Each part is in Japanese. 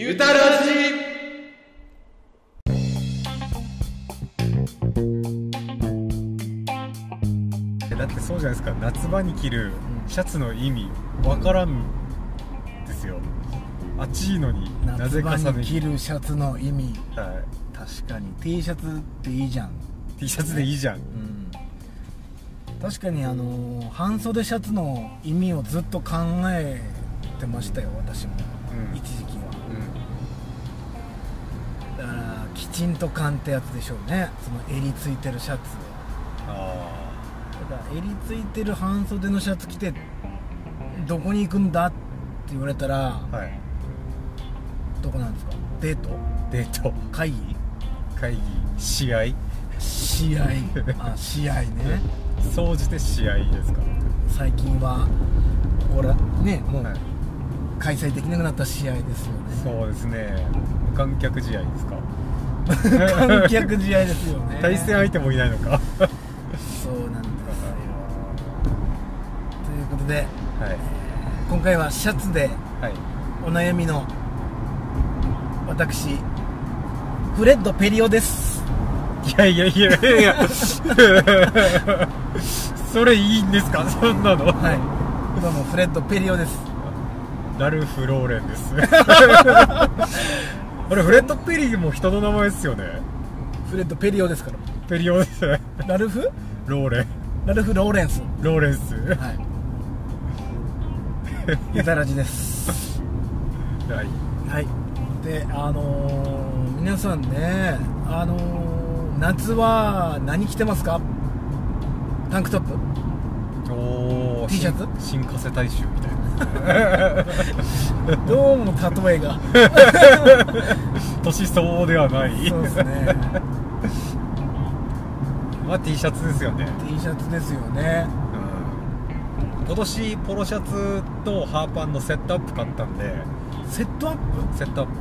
ゆたらじ。だってそうじゃないですか、夏場に着るシャツの意味わからんですよ。暑いのになぜか夏場寒い。 に着るシャツの意味、 は確かに T シャツっていいじゃん。 い、T シャツでいいじゃん。 確かに半袖シャツの意味をずっと考えてましたよ、私も、一時期は。だからきちんと感ってやつでしょうね、その襟ついてるシャツ。 あただ襟ついてる半袖のシャツ着てどこに行くんだって言われたら、 あ、はい。 どこなんですか？デート？ デート、 会議？ 会議、試合、 試合あ、試合ね。 総じて試合ですか。 最近はほらね、もうはい、 開催できなくなった試合ですよね。 そうですね。無観客試合ですか。 観客試合ですよね。 対戦相手もいないのか。 そうなんですよ。ということで、 はい今回はシャツではい。 お悩みの私フレッド・ペリオです。 いやいやいやいやそれいいんですか、そんなの。 はい、どうもフレッド・ペリオです。 ラルフ・ローレンですあれ、フレッド・ペリーも人の名前ですよね。 フレッド・ペリオですから。 ペリオですね。 ラルフ・ローレン、 ローレンス。 ローレンス。 はいユタラジですはい。 はい。で皆さんね、夏は何着てますか？タンクトップ？ おー、 T シャツ？ 新加瀬大衆みたいなどうも例えが年相応ではない。 そうですねまあ T シャツですよね。 T シャツですよね。 今年ポロシャツとハーパンのセットアップ買ったんで。 セットアップ？ セットアッ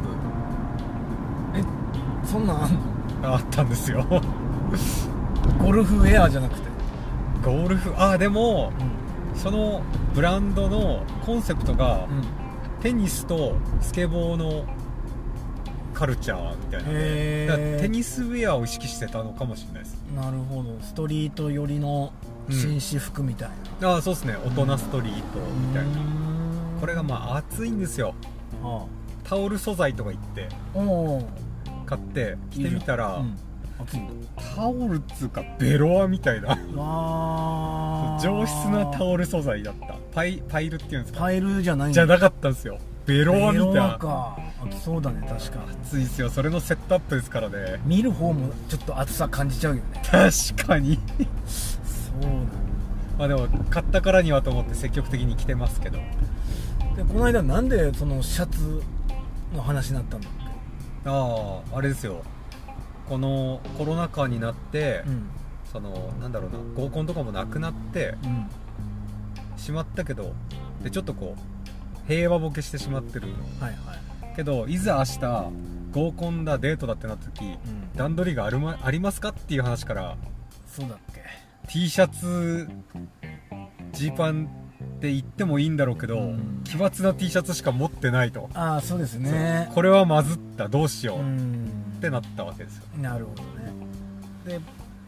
そんなんあんの？ プあったんですよゴルフウェアじゃなくて。 ゴルフ、でもそのブランドのコンセプトがテニスとスケボーのカルチャーみたいなので、だからテニスウェアを意識してたのかもしれないです。 なるほど、ストリート寄りの紳士服みたいな。 そうですね、大人ストリートみたいな。これがまあ暑いんですよ。タオル素材とか言って買って着てみたら、 暑いんだ。 タオルっつうかベロアみたいな上質なタオル素材だった。パイルっていうんですか。 パイルじゃないんだ。 じゃなかったんですよ。ベロアみたいな。 ベロアか。そうだね、確か暑いですよ。それのセットアップですからね。 見る方もちょっと暑さ感じちゃうよね。 確かにそうなんだ。 まあでも買ったからにはと思って積極的に着てますけど。 でこの間なんでそのシャツの話になったんだっけ？ あれですよ、このコロナ禍になって、そのなんだろうな、合コンとかもなくなってしまったけど、でちょっとこう平和ボケしてしまってる、けどいざ明日合コンだデートだってなった時、段取りがありますかっていう話から、 そうだっけ、 T シャツジーパンって言ってもいいんだろうけど、奇抜な T シャツしか持ってないと。 そうですね。 これはまずった、どうしようってなったわけですよ。 なるほどね。で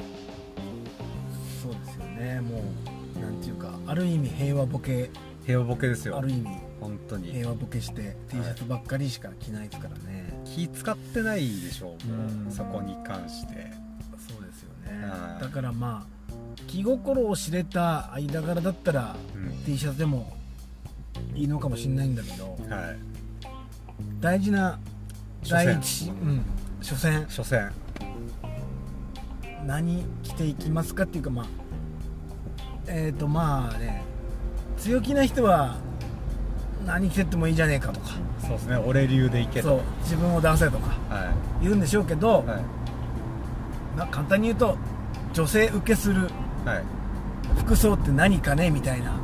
そうですよね、もうなんていうか、ある意味平和ボケですよ。 ある意味本当に平和ボケして T シャツばっかりしか着ないですからね。 気使ってないでしょう、もうそこに関して。 そうですよね。だからまあ気心を知れた間柄だったら、T シャツでもいいのかもしれないんだけど、大事な第一初戦何着ていきますかっていうか、まあね、強気な人は何着てってもいいじゃねえかとか、 そうですね、俺流でいけと、 そう自分を出せとか言うんでしょうけど、簡単に言うと女性受けする服装って何かねみたいな、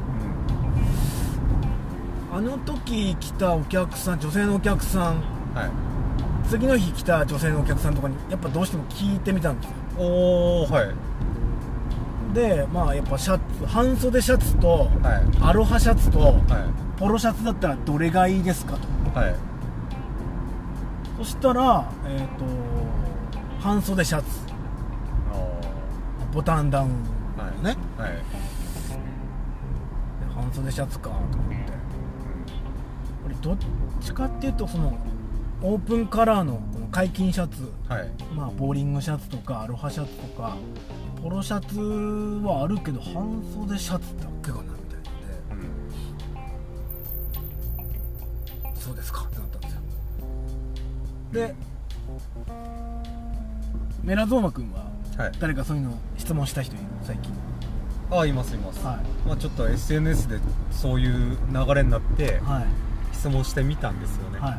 あの時来たお客さん、女性のお客さん、次の日来た女性のお客さんとかにやっぱどうしても聞いてみたんですよ。でまあやっぱシャツ、半袖シャツと、アロハシャツと、ポロシャツだったらどれがいいですかと、 そしたら半袖シャツ、ボタンダウンのね、 はいはい、 半袖シャツかと思って、これどっちかっていうとそのオープンカラーのこの解禁シャツ、はい、まあボーリングシャツとかアロハシャツとかポロシャツはあるけど半袖シャツだけかなみたいなで、そうですかってなったんですよ。でメラゾーマ君は誰かそういうの質問した人いる最近？ いますいます、はい、まあ、ちょっと SNS でそういう流れになって質問してみたんですよね、はい、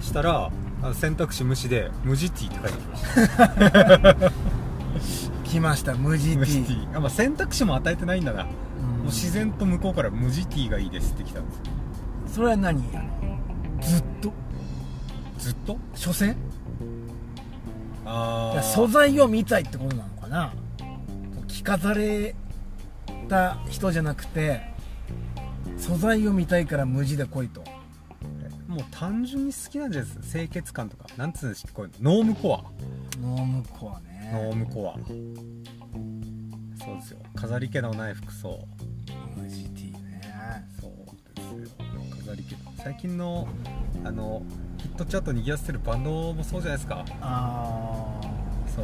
したら選択肢無視で無地 T って書いてきました来ました、無地 T。 まあ、選択肢も与えてないんだな、もう自然と向こうから無地 T がいいですって来たんですよ。 それは何？ずっと所詮いや素材を見たいってことなのかな。着飾れた人じゃなくて素材を見たいから無地で来いと。 もう単純に好きなんじゃないですか、清潔感とか、なんつうんですか、こういうのノームコアね。ノームコアそうですよ、飾り気のない服装、 無地 T ね。 そうですよ、飾り気。最近のヒットチャートにぎわせてるバンドもそうじゃないですか。そう、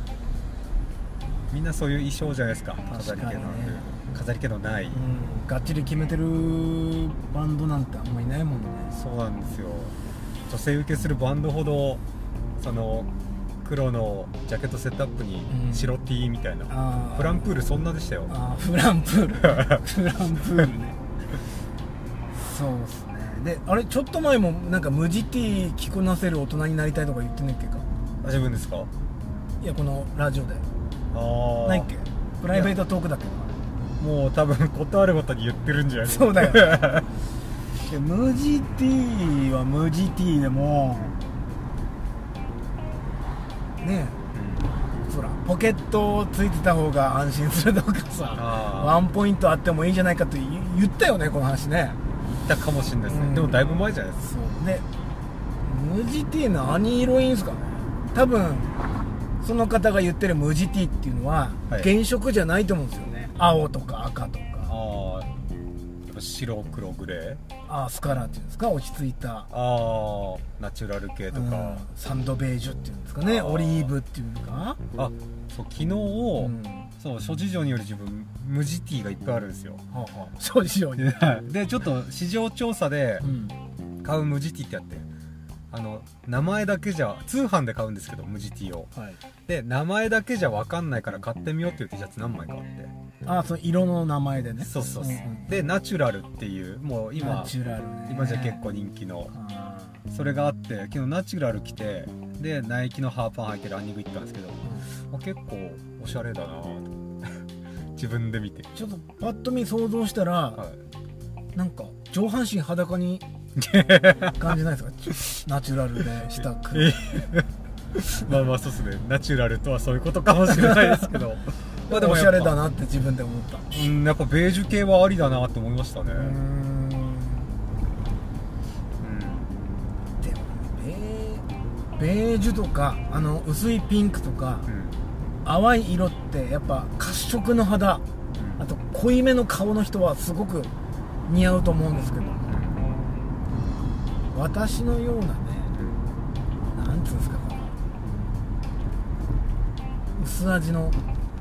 みんなそういう衣装じゃないですか。飾り気のある、飾り気のない、 がっちり決めてるバンドなんてあんまいないもんね。 そうなんですよ。女性受けするバンドほどその黒のジャケットセットアップに白 T みたいな、フランプールそんなでしたよ。 フランプールフランプールねそうですね。であれちょっと前もなんか無地 T 着こなせる大人になりたいとか言ってんねっけか。 自分ですか？ いやこのラジオでないっけ、プライベートトークだっけ。 もう多分ことあるごとに言ってるんじゃないですか。 そうだよで無地 T は無地 T でもねえ、そらポケットついてた方が安心するとかさ、ワンポイントあってもいいじゃないかって言ったよね、この話ね。 言ったかもしれないですね、でもだいぶ前じゃないですか。 そうで無地 T 何色いいんすかね。多分その方が言ってる無地 T っていうのは、原色じゃないと思うんですよね。青とか赤とか、 白黒グレー、 スカラーっていうんですか、落ち着いたナチュラル系とか、 サンドベージュっていうんですかね、オリーブっていうか。 そう昨日、そう諸事情により自分無地 T がいっぱいあるんですよ。 諸事情にでちょっと市場調査で買う無地 T ってあって、名前だけじゃ通販で買うんですけど無地 T を、で名前だけじゃ分かんないから買ってみようっていう T シャツ何枚かあって、 その色の名前でね。 そう、でナチュラルっていうもう今じゃ結構人気のそれがあって、昨日ナチュラル着て、でナイキのハーパン履いてランニング行ったんですけど、結構おしゃれだなと自分で見てちょっとパッと見想像したら、なんか上半身裸に感じないですかナチュラルで下黒まあそうですね、ナチュラルとはそういうことかもしれないですけどでもおしゃれだなって自分で思った。 やっぱベージュ系はありだなって思いましたね。 でもベージュとか薄いピンクとか、淡い色ってやっぱ褐色の肌、あと濃いめの顔の人はすごく似合うと思うんですけど、私のようなね、なんつうんですか、薄味の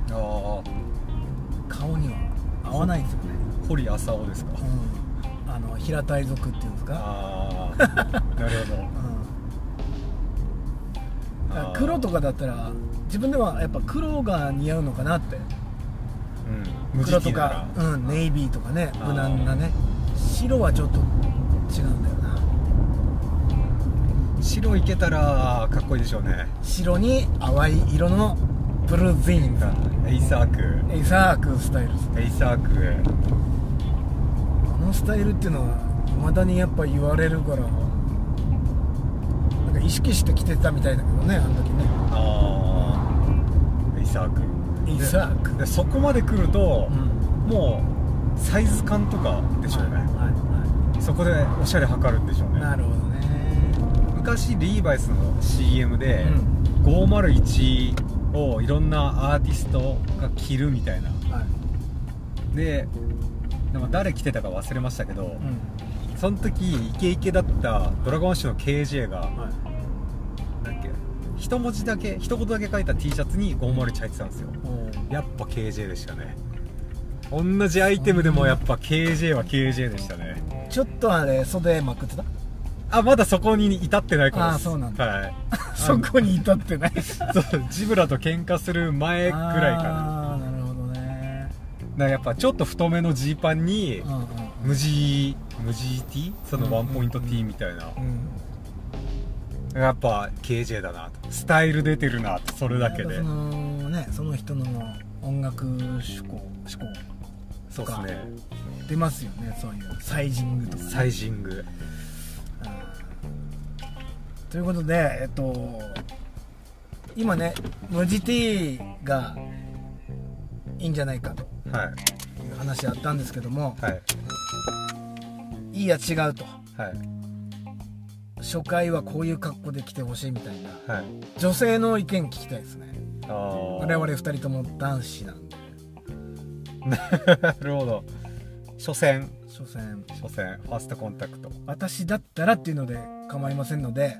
顔には合わないですよね。 堀浅尾ですか？ 平たい族っていうんですか。 なるほど。 黒とかだったら自分ではやっぱ黒が似合うのかなって、黒とか、ネイビーとかね、無難なね。白はちょっと違うんだよな。 白いけたらかっこいいでしょうね。 白に淡い色のブルーゼインがエイサークスタイルです。 エイサークスタイルっていうのは未だにやっぱ言われるから、なんか意識して着てたみたいだけどね、あの時ね。 エイサークでそこまで来ると、もうサイズ感とかでしょうね。そこでおしゃれ測るんでしょうね。 なるほどね。 昔リーバイスの CM で、501をいろんなアーティストが着るみたいな、でも誰着てたか忘れましたけど、その時イケイケだったドラゴンアッシュの KJ が、なんだっけ、一言だけ書いた T シャツに501入ってたんですよ。やっぱ KJ でしたね。同じアイテムでもやっぱ KJ は KJ でしたね。 ちょっとあれ袖まくってた？ まだそこに至ってないからです。 そうなんだ。 はい。 そこに至ってない。 そう、ジブラと喧嘩する前くらいかな。 なるほどね。 だからやっぱちょっと太めのジーパンに無地 T、そのワンポイント T みたいな、やっぱ KJ だなと、スタイル出てるなと、それだけでその人の音楽思考そうですね、 出ますよね。そういうサイジングとか、ね、 サイジング、 ということで今ね無地 T がいいんじゃないかという話あったんですけども、いいや違うと、初回はこういう格好で来てほしいみたいな、女性の意見聞きたいですね。我々2人とも男子なんで。 なるほど。初戦ファーストコンタクト、 私だったらっていうので構いませんので、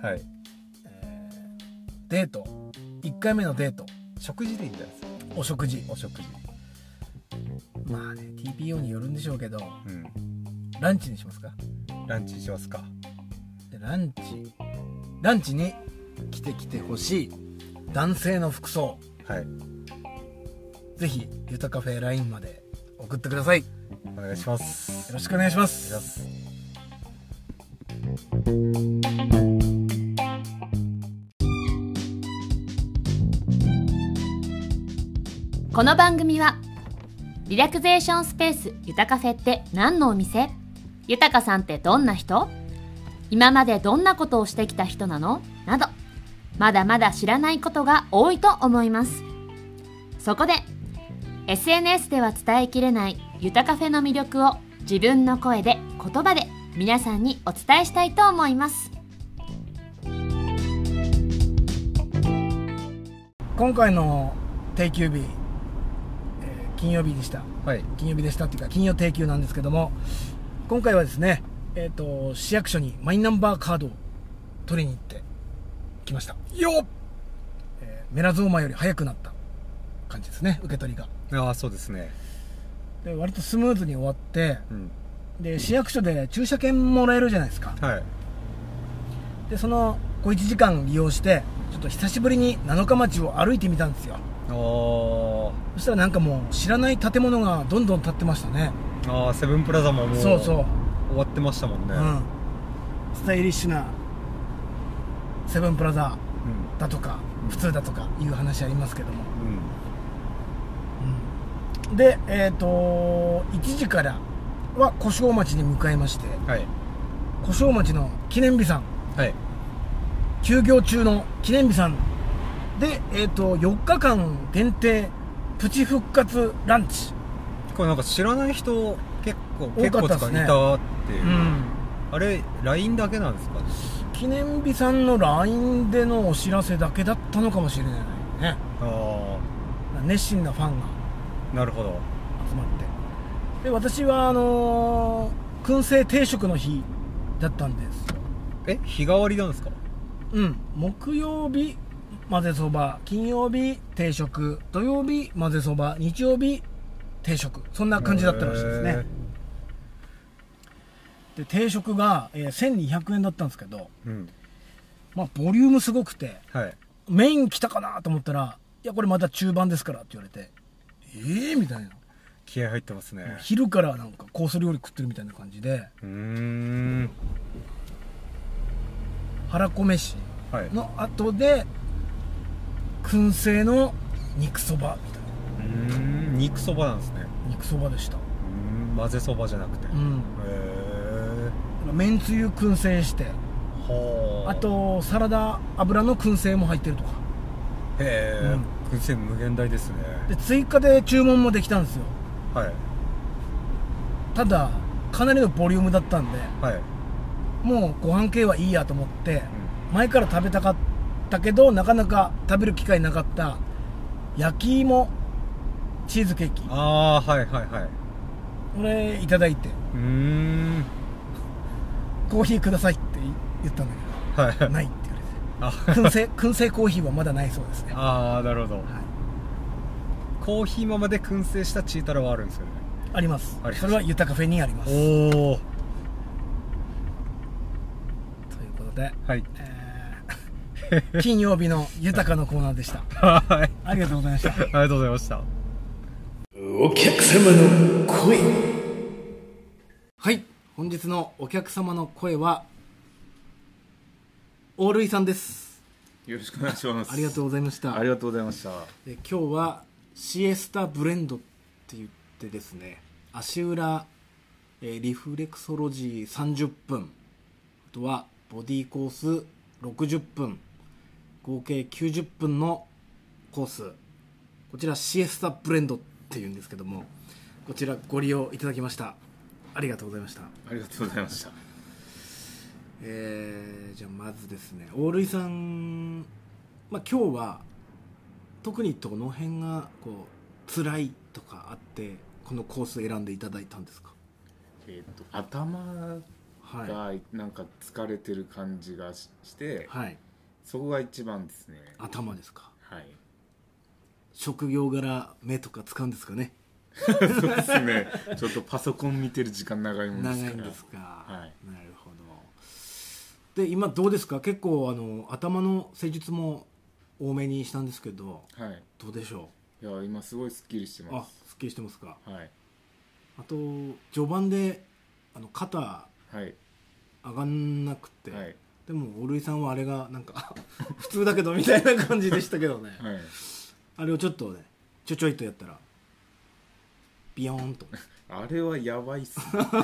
デート1回目のデート、 食事でいいんじゃないですか。 お食事まあね TPO によるんでしょうけど、ランチにしますか。 ランチにしますか。 でランチに着てほしい男性の服装、ぜひゆたカフェ LINE まで送ってください。 お願いします。 よろしくお願いします。 この番組はリラクゼーションスペースゆたカフェって何のお店、ゆたかさんってどんな人、今までどんなことをしてきた人なのなど、まだまだ知らないことが多いと思います。そこで SNS では伝えきれないゆたカフェの魅力を自分の声で言葉で皆さんにお伝えしたいと思います。 今回の定休日、金曜日でした、金曜日でしたっていうか金曜定休なんですけども、今回はですね、市役所にマイナンバーカードを取りに行ってきましたよっ、メラゾーマより早くなった感じですね、受け取りが。 そうですね。 で割とスムーズに終わって、で市役所で駐車券もらえるじゃないですか。でその小1時間利用してちょっと久しぶりに七日町を歩いてみたんですよ。そしたらなんかもう知らない建物がどんどん建ってましたね。 セブンプラザももう終わってましたもんね。 スタイリッシュなセブンプラザだとか、普通だとかいう話ありますけども、で1時からは小正町に向かいまして、小正町の記念日さん、休業中の記念日さんで、4日間限定プチ復活ランチ。 これなんか知らない人結構多かったですね。 いたっていう、あれ LINE だけなんですかね。 記念日さんの LINE でのお知らせだけだったのかもしれないね。熱心なファンがなるほど集まって、で私は燻製定食の日だったんですよ。 日替わりなんですか。 木曜日混ぜそば、金曜日定食、土曜日混ぜそば、日曜日定食、そんな感じだったらしいですね。で定食が、1200円だったんですけど、ボリュームすごくて、メイン来たかなと思ったら、いやこれまだ中盤ですからって言われて、みたいな。 気合入ってますね。 昼からなんかコース料理食ってるみたいな感じで、腹こ飯の後で、燻製の肉そばみたいな。 肉そばなんですね。 肉そばでした。 混ぜそばじゃなくて、 めんつゆ燻製して、あとサラダ油の燻製も入ってるとか。燻製無限大ですね。で追加で注文もできたんですよ。ただかなりのボリュームだったんで、もうご飯系はいいやと思って、 前から食べたかったけどなかなか食べる機会なかった焼き芋チーズケーキ、 ああはいはいはい、 これいただいて、コーヒーくださいって言ったんだけど、はい、ないって言われて燻製コーヒーはまだないそうですね。 ああなるほど、はい、コーヒー豆で燻製したチータラはあるんですよね。 あります。それはゆたカフェにあります。 おお、ということで、 はい、 金曜日のゆたかのコーナーでした。 はい、 ありがとうございました。 ありがとうございました。 お客様の声。はい、本日のお客様の声は大類さんです。 よろしくお願いします。 ありがとうございました。 ありがとうございました。 今日はシエスタブレンドって言ってですね、足裏、リフレクソロジー30分、あとはボディコース60分、合計90分のコース、こちらシエスタブレンドっていうんですけども、こちらご利用いただきました。ありがとうございました。 ありがとうございました。 じゃあまずですね、大類さん、今日は特にどの辺がこう辛いとかあってこのコースを選んでいただいたんですか？ 頭がなんか疲れてる感じがして、はい、そこが一番ですね。 頭ですか？ はい。 職業柄目とか使うんですかね？ そうですね。ちょっとパソコン見てる時間長いもんですから。 長いんですか。はい。なるほど。で今どうですか？結構頭の施術も多めにしたんですけど、はい、どうでしょう？いや今すごいスッキリしてます。 スッキリしてますか？ はい。 あと序盤で肩、はい、上がんなくて、はい、でも大類さんはあれがなんか普通だけどみたいな感じでしたけどね、はい、あれをちょっとねちょいとやったらビヨーンとあれはやばいっすね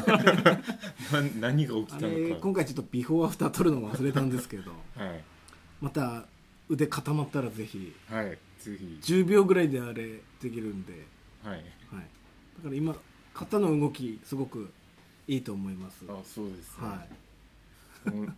何が起きたのか。 今回ちょっとビフォーアフター撮るの忘れたんですけど、はい、また腕固まったらぜひ、はい、ぜひ10秒ぐらいであれできるんで、はいはい、だから今肩の動きすごくいいと思います。 あ、そうですね、 はい、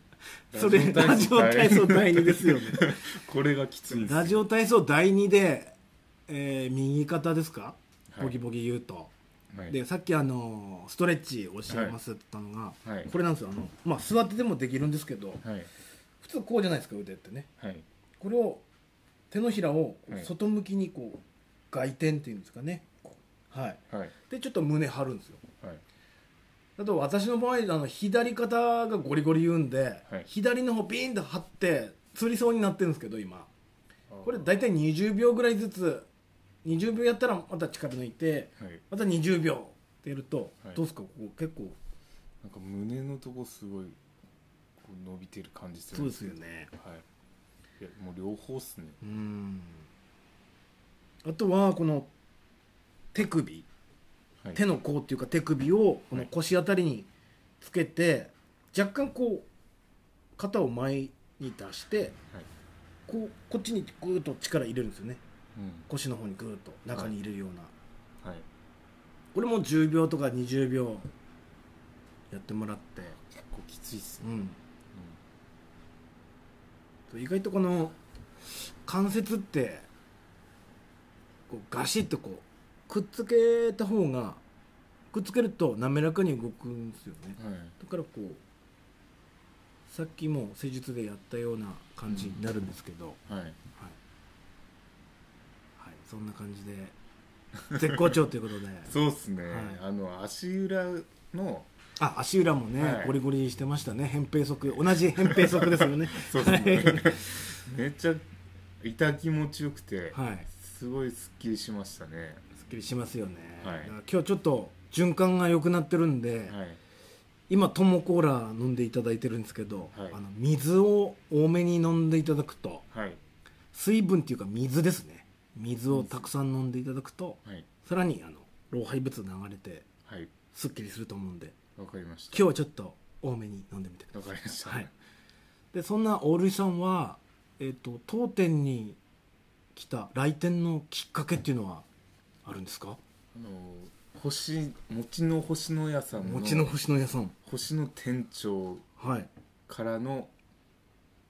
それラジオ体操第2ですよねこれがきついです。 ラジオ体操第2で、右肩ですか、ボキボキ言うと、はい、でさっきストレッチ教えますって言ったのが、はい、これなんですよ。座ってでもできるんですけど、はい、普通こうじゃないですか腕ってね、はい、これを手のひらを外向きにこう外転っていうんですかね、はいはい、でちょっと胸張るんですよ、はい、あと私の場合左肩がゴリゴリ言うんで、はい、左の方ビーンと張ってつりそうになってるんですけど今これ大体20秒ぐらいずつ20秒やったらまた力抜いて、はい、また20秒ってやると、はい、どうですか？ここ結構なんか胸のとこすごいこう伸びてる感じする。 そうですよね、はい、 いやもう両方っすね。 あとはこの手首、はい、手の甲っていうか手首をこの腰あたりにつけて、はい、若干こう肩を前に出して、はい、こっちにグーッと力入れるんですよね、うん、腰の方にグーッと中に入れるような、はい、これも10秒とか20秒やってもらって。 結構きついっすね、 うん、意外とこの関節ってこうガシッとこうくっつけた方がくっつけると滑らかに動くんですよね、はい、だからこうさっきも施術でやったような感じになるんですけど、はいはいはい、そんな感じで絶好調ということでそうですね、はい、足裏の足裏もね、はい、ゴリゴリしてましたね。扁平足、同じ扁平足ですよねそうですねめっちゃ痛気持ちよくて、はい、すごいスッキリしましたね。 スッキリしますよね、はい、今日ちょっと循環が良くなってるんで、はい、今トモコーラ飲んでいただいてるんですけど、はい、水を多めに飲んでいただくと、はい、水分っていうか水ですね。水をたくさん飲んでいただくと、はい、さらに老廃物流れて、はい、スッキリすると思うんで。 わかりました。 今日はちょっと多めに飲んでみてください。 わかりました、 はい、でそんな大類さんは、当店に来た来店のきっかけっていうのはあるんですか？ 餅の星の屋さんの餅の星の屋さん星の店長からの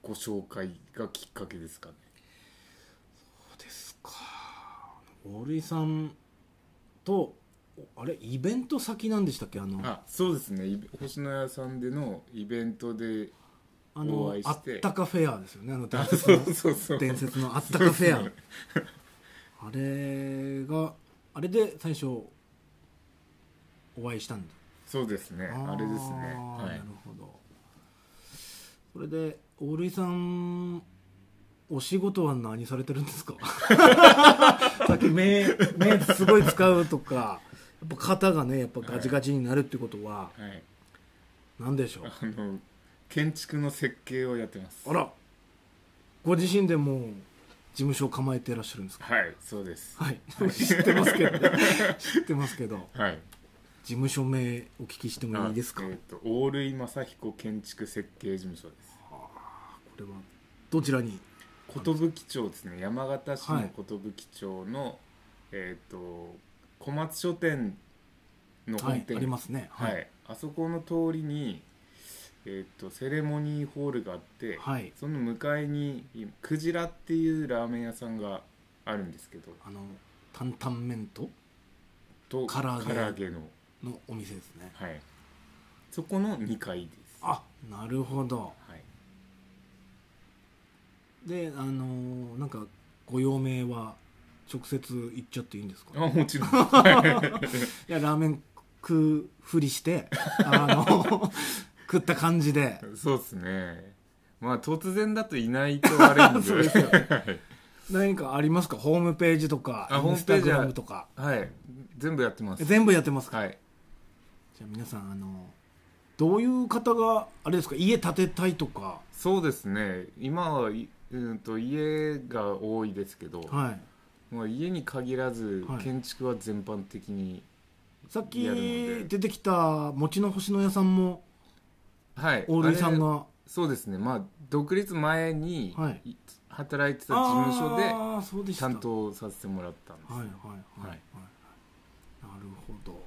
ご紹介がきっかけですかね。 そうですか。大類さんとあれイベント先なんでしたっけ？ そうですね、星のやさんでのイベントでお会いして、 あったかフェアですよね、伝説のあったかフェアあれで最初お会いしたんだ。 そうですね、あれですね、はい、 なるほど。それで大類さんお仕事は何されてるんですか？さっき目すごい使うとか、やっぱ肩がねやっぱガチガチになるってことは、はい、何でしょう？ 建築の設計をやってます。 あら、ご自身でも事務所を構えていらっしゃるんですか？ はい、そうです。 はい、知ってますけど、ね、知ってますけど、 はい、 事務所名お聞きしてもいいですか？ 大類正彦建築設計事務所です。 これはどちらに？ 寿町ですね、山形市の寿町の、小松書店の本店、 ありますね、 はい、あそこの通りに、セレモニーホールがあって、はい、その向かいにクジラっていうラーメン屋さんがあるんですけど、 担々麺と唐揚げのお店ですね。 はい、そこの2階です。 あ、なるほど。はい、でなんかご用命は直接言っちゃっていいんですか？ もちろん。いや、ラーメン食うふりして食った感じで。 そうですね、まあ突然だといないと悪いんでそうですよ、ね、 何かありますか？ホームページとかインスタグラムとか。 はい、全部やってます。 全部やってますか？ はい。 じゃあ皆さんどういう方があれですか？家建てたいとか。 そうですね、今は、家が多いですけど、はい、もう家に限らず、はい、建築は全般的にさっき出てきた餅の星の屋さんも、はい、大類さんが。 そうですね、まあ独立前に働いてた事務所で担当させてもらったんです。はいはいはい、はい、なるほど。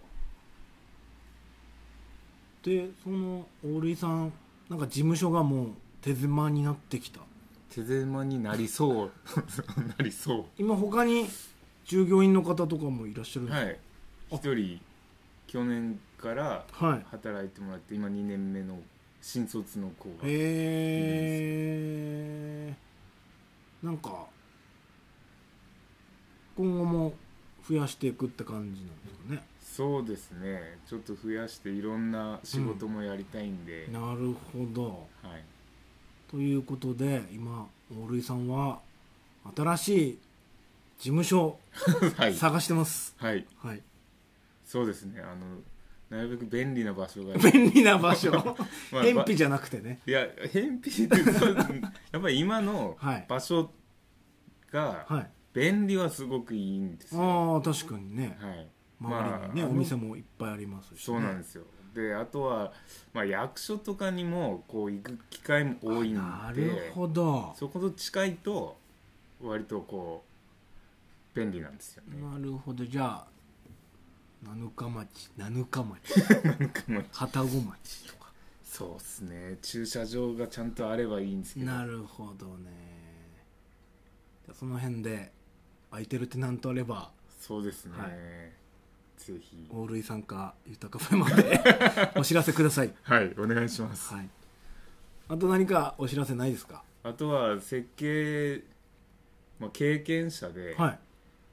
でその大類さん、なんか事務所がもう手狭になってきた。 手狭になりそうなりそう。 今他に従業員の方とかもいらっしゃるんですか？はい、 1人去年から働いてもらって、今2年目の新卒の子がいます。 なんか今後も増やしていくって感じなんですかね？ そうですね、ちょっと増やしていろんな仕事もやりたいんで、 なるほど、はい、ということで今大類さんは新しい事務所を探してます。 はい、はい、そうですね、なるべく便利な場所が便利な場所まあ、偏僻じゃなくてね。 いや、偏僻ってやっぱり今の場所が便利はすごくいいんですよ。 ああ、確かにね、はい、周りにね、お店もいっぱいありますし、ね、 そうなんですよ。であとは、まあ、役所とかにもこう行く機会も多いんで、 なるほど、 そこと近いと割とこう便利なんですよね。 なるほど。じゃあ七日町愛宕町とか。 そうですね、駐車場がちゃんとあればいいんですけど。 なるほどね。じゃあその辺で空いてるテナントあれば。 そうですね、はい、ぜひ大類さんか豊かフェまでお知らせください。 はい、お願いします、はい、 あと何かお知らせないですか？ あとは設計、経験者で、はい、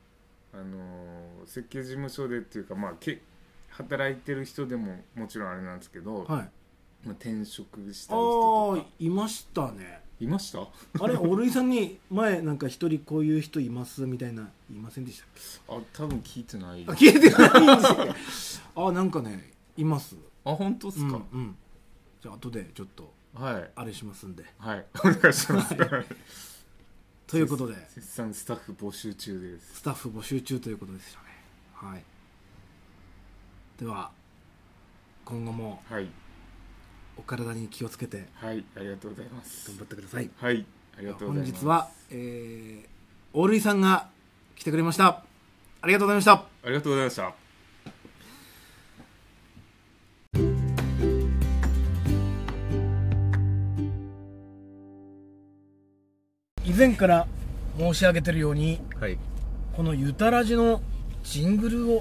設計事務所でっていうか、働いてる人でももちろんあれなんですけど、はい、転職した人とか。 いましたね。 いました？ あれ、大類さんに前なんか一人こういう人いますみたいな言いませんでしたっけ？多分聞いてない。 聞いてないんですよなんかね、います。 本当ですか？ うん、じゃあ後でちょっとあれしますんで、 はい、お願いします、はい、 ということで絶賛スタッフ募集中です。 スタッフ募集中ということですよね。はい、では今後も、はい、お体に気をつけて。 はい、ありがとうございます。 頑張ってください。 はい、ありがとうございます。 本日は、大類さんが来てくれました。ありがとうございました。ありがとうございました。 以前から申し上げてるように、 はい、 このゆたらじのジングルを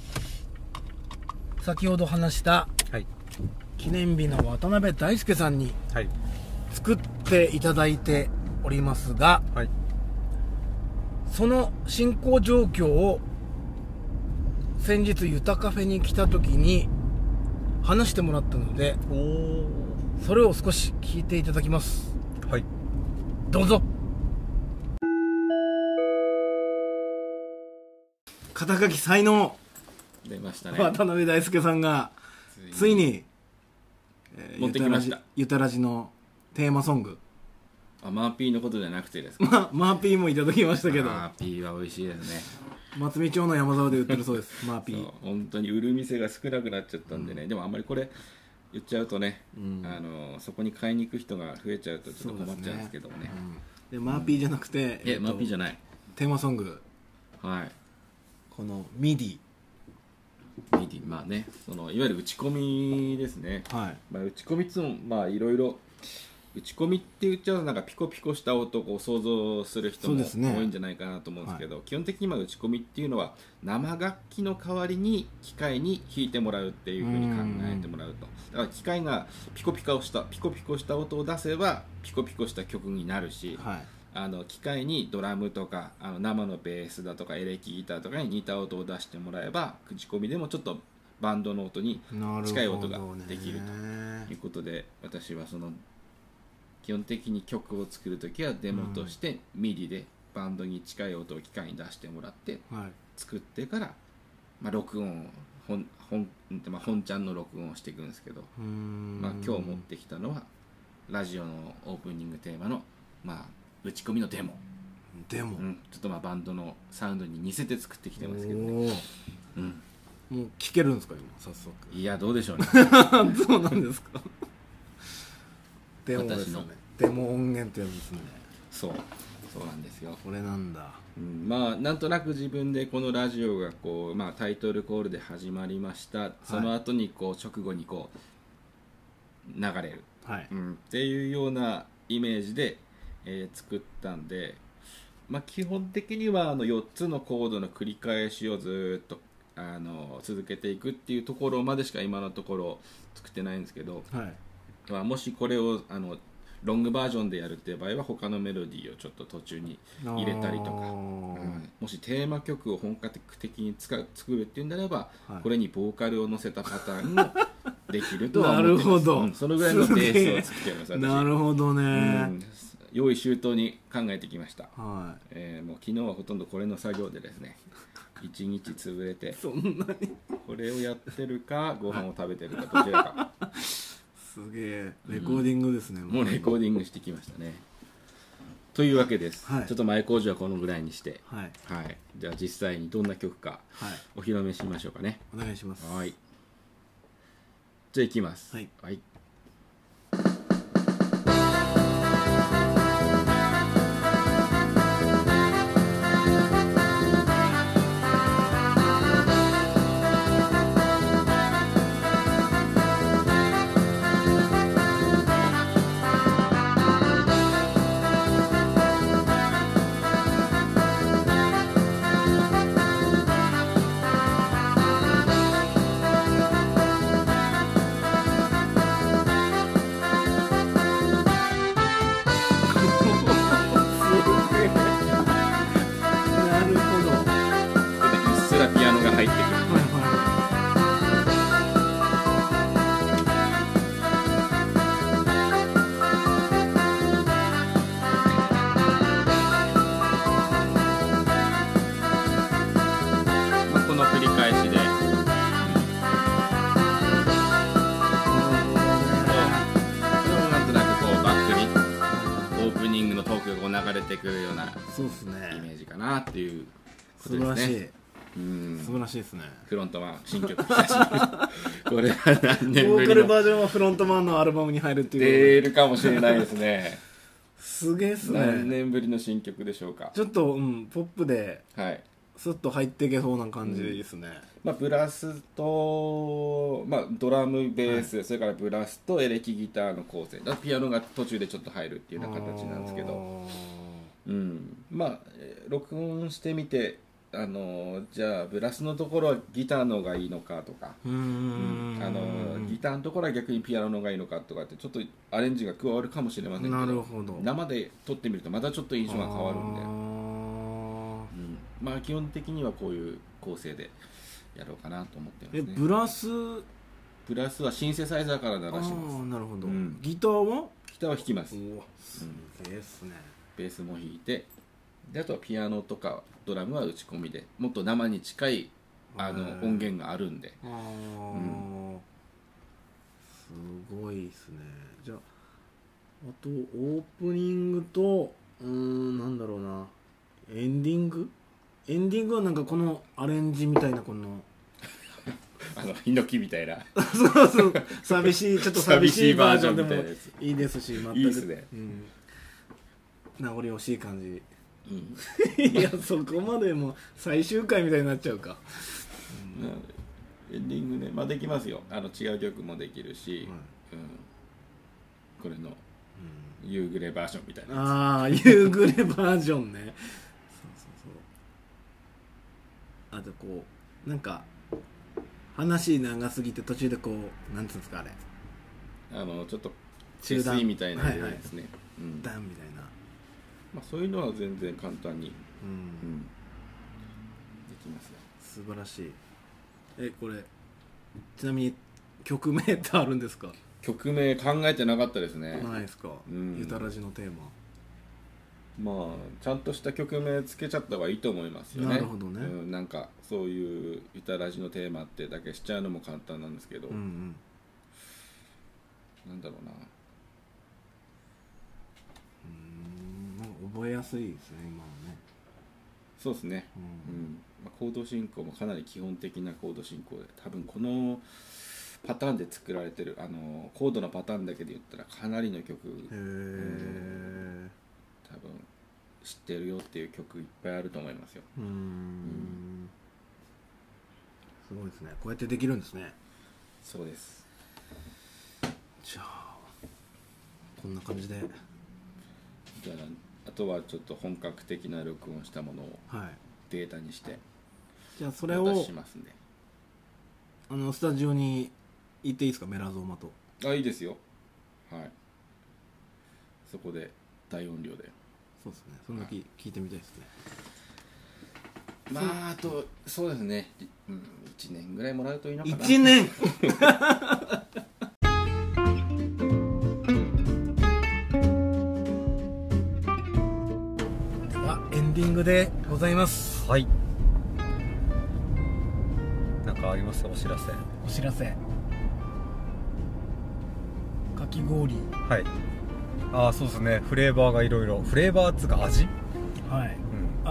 先ほど話した、はい、記念日の渡辺大輔さんに作っていただいておりますが、はい、その進行状況を先日ゆたカフェに来た時に話してもらったので、それを少し聞いていただきます。はい、どうぞ。肩書き才能出ましたね。 渡辺大輔さんがついに持ってきました。 ゆたらじのテーマソング。 マーピーのことじゃなくてですか。 マーピーもいただきましたけど、 マーピーは美味しいですね。 松見町の山沢で売ってるそうです。マーピー。 本当に売る店が少なくなっちゃったんでね、でもあんまりこれ言っちゃうとね、そこに買いに行く人が増えちゃうとちょっと困っちゃうんですけどもね。 でマーピーじゃなくて、 マーピーじゃないテーマソング、 はい、 このミディ、 まあね、いわゆる打ち込みですね。はい、打ち込みっていうのもまあいろいろ打ち込みって言っちゃうとなんかピコピコした音を想像する人も多いんじゃないかなと思うんですけど、基本的に打ち込みっていうのは生楽器の代わりに機械に弾いてもらうっていうふうに考えてもらうと。だから機械がピコピコした音を出せばピコピコした曲になるし、機械にドラムとか生のベースだとかエレキギターとかに似た音を出してもらえば、打ち込みでもちょっとバンドの音に近い音ができるということで、私は基本的に曲を作るときはデモとしてミディでバンドに近い音を機械に出してもらって作ってから、録音本ちゃんの録音をしていくんですけど、今日持ってきたのはラジオのオープニングテーマの打ち込みのデモ、ちょっとバンドのサウンドに似せて作ってきてますけどね。 もう聴けるんですか今早速。 いやどうでしょうね。 そうなんですか。デモですね。デモ音源ってやつですね。 そうなんですよ。 これなんだ。 なんとなく自分でこのラジオがタイトルコールで始まりました、その後に直後に流れる、っていうようなイメージで、作ったんで、基本的には4つのコードの繰り返しをずっと続けていくっていうところまでしか今のところ作ってないんですけど、もしこれをロングバージョンでやるっていう場合は他のメロディーをちょっと途中に入れたりとか、もしテーマ曲を本格的に作るっていうんであれば、これにボーカルを乗せたパターンもできるとは思ってます。なるほど、そのぐらいのベースを作ってます。 なるほどね、 用意周到に考えてきました。もう昨日はほとんどこれの作業でですね1日潰れて、 そんなにこれをやってるかご飯を食べてるかどちらか。 すげえレコーディングですね、 もうレコーディングしてきましたね。というわけです、ちょっと前工事はこのぐらいにして、じゃあ実際にどんな曲かお披露目しましょうかね。 お願いします。 じゃあいきます。流れてくるようなイメージかなっていうことですね。 素晴らしいですね。 フロントマン新曲これは何年ぶりのボーカルバージョンはフロントマンのアルバムに入るっていう出るかもしれないですね。 すげえっすね。 何年ぶりの新曲でしょうか。 ちょっと、ポップでスッと入っていけそうな感じですね。 ブラスと、ドラムベース、それからブラスとエレキギターの構成だ、ピアノが途中でちょっと入るっていうような形なんですけど、 まあ録音してみてじゃあブラスのところはギターの方がいいのかとかギターのところは逆にピアノの方がいいのかとかってちょっとアレンジが加わるかもしれませんけど、 なるほど、 生で撮ってみるとまたちょっと印象が変わるんで、まあ基本的にはこういう構成でやろうかなと思ってますね。 ブラスはシンセサイザーから鳴らします。 なるほど、ギターは弾きます。 すげえっすね。 ベースも弾いて、であとはピアノとかドラムは打ち込みでもっと生に近い音源があるんで、すごいですね。じゃああとオープニングとなんだろうな、エンディングはなんかこのアレンジみたいなこのヒノキみたいなそう寂しいちょっと寂しいバージョンでもいいですし、全くいいですね、 名残惜しい感じ、いやそこまでもう最終回みたいになっちゃうか、 エンディングね、まあできますよ。違う曲もできるし、これの夕暮れバージョンみたいなやつ、夕暮れバージョンねそうあとこうなんか話長すぎて途中でこうなんていうんですかあれちょっと中断みたいな色ですね、 ダンみたいな、 まあ、そういうのは全然簡単に、できますよ。 素晴らしい。これちなみに曲名ってあるんですか？ 曲名考えてなかったですね。 ないですか、ゆたらじのテーマ。 まあちゃんとした曲名つけちゃった方がいいと思いますよね。 なるほどね、 なんかそういうゆたらじのテーマってだけしちゃうのも簡単なんですけど、なんだろうな、 覚えやすいですね今はね。 そうですね、まあ、コード進行もかなり基本的なコード進行で、多分このパターンで作られてるコードのパターンだけで言ったらかなりの曲、多分知ってるよっていう曲いっぱいあると思いますよ。 すごいですね。こうやってできるんですね。 そうです。 じゃあこんな感じで、 じゃあとはちょっと本格的な録音したものをデータにして、 じゃあそれを出しますんで、 スタジオに行っていいですか？メラゾーマと。 いいですよ。はい、そこで大音量で。 そうですね、その時聞いてみたいですね。 まああとそうですね、1年ぐらいもらうといいのかな。 1年ではエンディングでございます。 はい、なんかあります？お知らせ。かき氷。はい。そうですね。フレーバーがいろいろ。フレーバーっつうか味？ はい。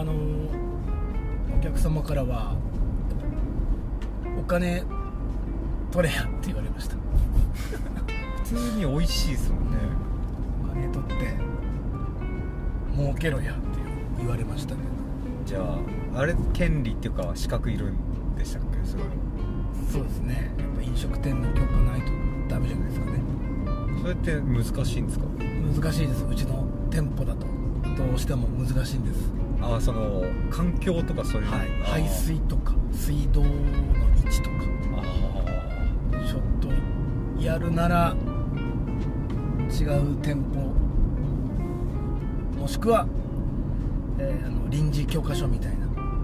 お客様からはお金取れやって言われました。 普通に美味しいですもんね。 お金取って儲けろやって言われましたね。 じゃああれ権利っていうか資格いるんでしたっけ？ そうですね。やっぱ飲食店の許可ないとダメじゃないですかね。 それって難しいんですか？ 難しいです。うちの店舗だとどうしても難しいんです。 その環境とかそういう、 排水とか水道の位置とか、ちょっとやるなら違う店舗もしくは、臨時許可書みたいな。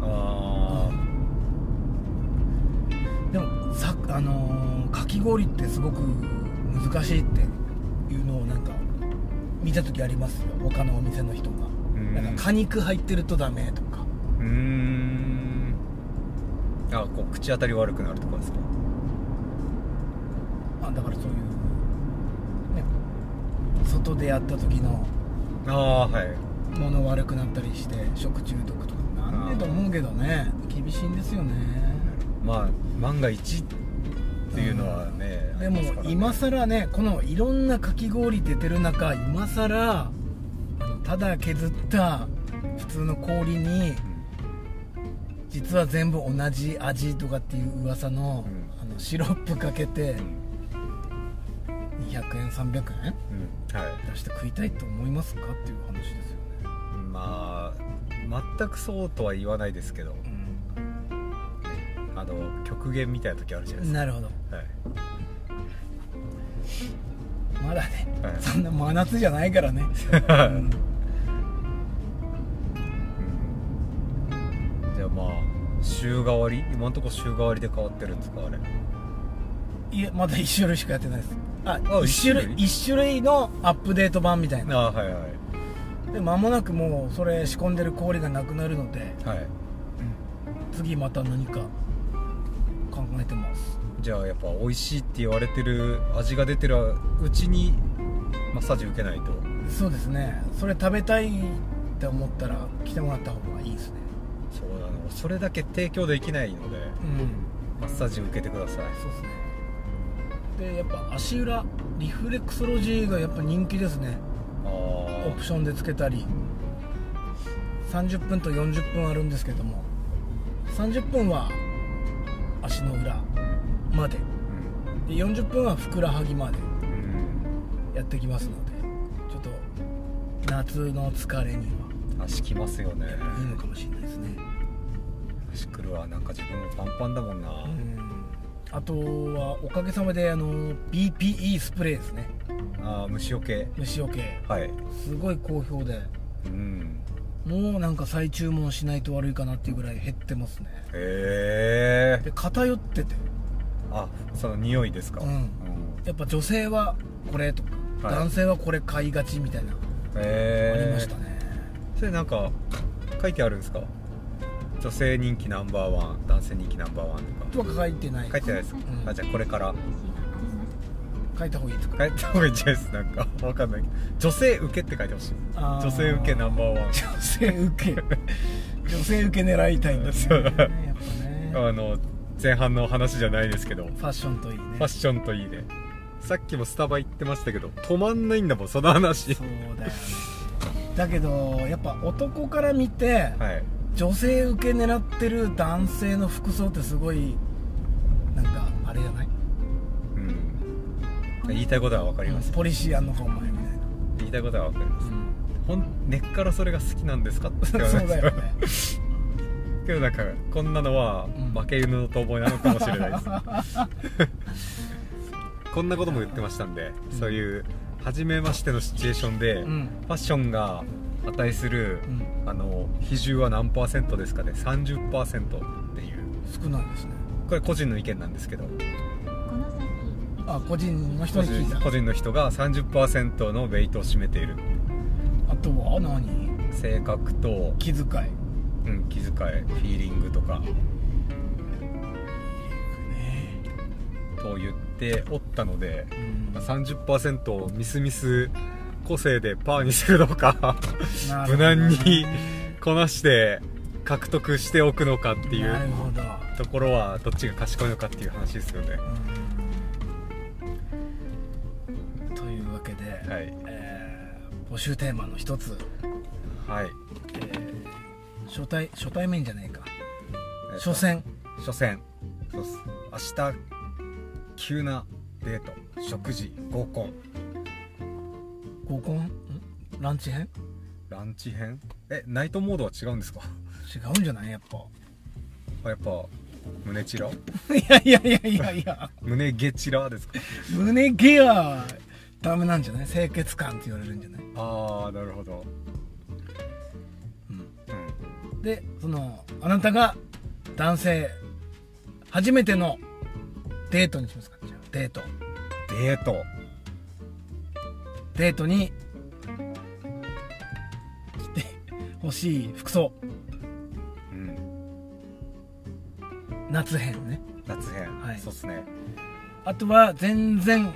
でもかき氷ってすごく難しいっていうのをなんか見た時ありますよ、他のお店の人が。なんか果肉入ってるとダメとか。 こう口当たり悪くなるとかですか？ だからそういうね、外でやった時のもの悪くなったりして食中毒とかなんでと思うけどね、厳しいんですよね。 まあ万が一っていうのはね、 でも今更ね、このいろんなかき氷出てる中、今更ただ削った普通の氷に実は全部同じ味とかっていう噂の、シロップかけて200円300円、出して食いたいと思いますかっていう話ですよね。 まあ全くそうとは言わないですけど、極限みたいな時あるじゃないですか。 なるほど、 はい、 まだね、はい、そんな真夏じゃないからねじゃあまあ週替わり、今のところ週替わりで変わってるんですか？あれ、 いや、まだ1種類しかやってないです。1種類のアップデート版みたいな。 はいはい。 で間もなくもうそれ仕込んでる氷がなくなるので、はい、次また何か考えてます。 じゃあやっぱ美味しいって言われてる味が出てるうちにマッサージ受けないと。 そうですね、それ食べたいって思ったら来てもらった方がいいですね。 そうだね、それだけ提供できないので、マッサージ受けてください。そうですね。 でやっぱ足裏リフレクソロジーがやっぱ人気ですね。オプションでつけたり30分と40分あるんですけども、30分は足の裏まで、で40分はふくらはぎまでやってきますので、ちょっと夏の疲れには足きますよね。 いいのかもしれないですね。 足くるわ、なんか自分もパンパンだもんな。 あとはおかげさまでBPE スプレーですね。 虫除け。 虫除け、 はい、すごい好評で、もうなんか再注文しないと悪いかなっていうぐらい減ってますね。 へえ。 で偏ってて、 その匂いですか？ やっぱ女性はこれとか、はい、男性はこれ買いがちみたいな、ありましたね。 それなんか書いてあるんですか？女性人気ナンバーワン、男性人気ナンバーワンとか。 書いてない。 書いてないですか？じゃあこれから書いた方がいいですか？ 書いた方がいいんじゃないですか？なんかわかんないけど、女性受けって書いてほしい。女性受けナンバーワン。 女性受け女性受け狙いたいんですよね。やっぱね、 前半の話じゃないですけど、ファッションといいね。 ファッションといいね。さっきもスタバ行ってましたけど止まんないんだもん、その話。 そうだよね。だけどやっぱ男から見て、はい、女性受け狙ってる男性の服装ってすごいなんかあれじゃない？ 言いたいことは分かります。 ポリシーあんのかお前みたいな。 言いたいことは分かります。根っからそれが好きなんですかって言われます。そうだよね。 けどなんかこんなのは負け犬の遠吠えなのかもしれないです。こんなことも言ってましたんで、そういう初めましてのシチュエーションで、ファッションが値する、比重は何%ですかね？ 30% っていう。 少ないですね。 これ個人の意見なんですけど、 個人の人に聞いた。 個人の人が 30% のベイトを占めている。 あとは何？ 性格と気遣い、 気遣い、フィーリングとか、と言っておったので、30% をミスミス個性でパーにするのか無難にこなして獲得しておくのかっていうところはどっちが賢いのかっていう話ですよね。 というわけで、 はい、 募集テーマの一つ、 はい、 初対面じゃないか、初戦そうです。明日急なデート、食事、合コンランチ編ナイトモードは違うんですか？ 違うんじゃない？やっぱ胸チラいや胸ゲチラですか？ 胸ゲはダメなんじゃない？清潔感って言われるんじゃない？ なるほど。 であなたが男性初めてのデートにしますか？じゃあデートに着て欲しい服装、夏編ね。 はい、そうっすね。 あとは全然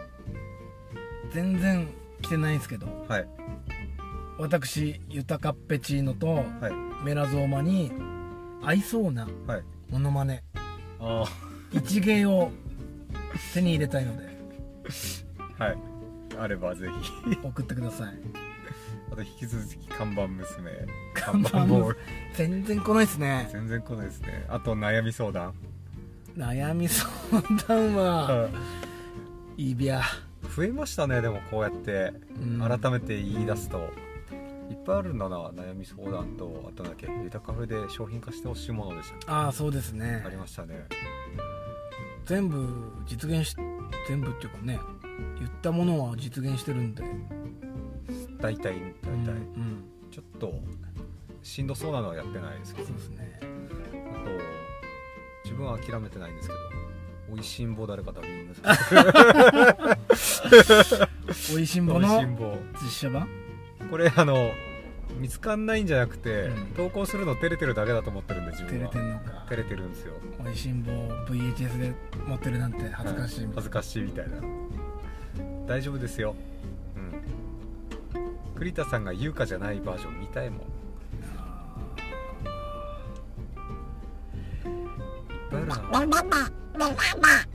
着てないんですけど、はい、私ユタカッペチーノとメラゾーマに合いそうなモノマネ、一芸を手に入れたいのではい、あればぜひ送ってください。 あと引き続き看板娘、 看板ボール全然来ないですね。 あと悩み相談はいいびや増えましたね。でもこうやって改めて言い出すと、 いっぱいあるんだな。悩み相談と、あとだっけ、ゆたカフェで商品化してほしいものでした。 ああ、そうですね、 ありましたね。 全部実現し、全部っていうかね、言ったものは実現してるんで、 大体、ちょっとしんどそうなのはやってないですけど。 そうですね。 あと自分は諦めてないんですけど、おいしんぼ誰か食べにますおいしんぼの実写版、 これ見つかんないんじゃなくて、投稿するの照れてるだけだと思ってるんで、自分は照れてんのか。 照れてるんですよ。 おいしんぼ VHS で持ってるなんて恥ずかしい、 恥ずかしいみたいな。大丈夫ですよ。栗田さんが優香じゃないバージョン見たいもん。いっぱいあるな。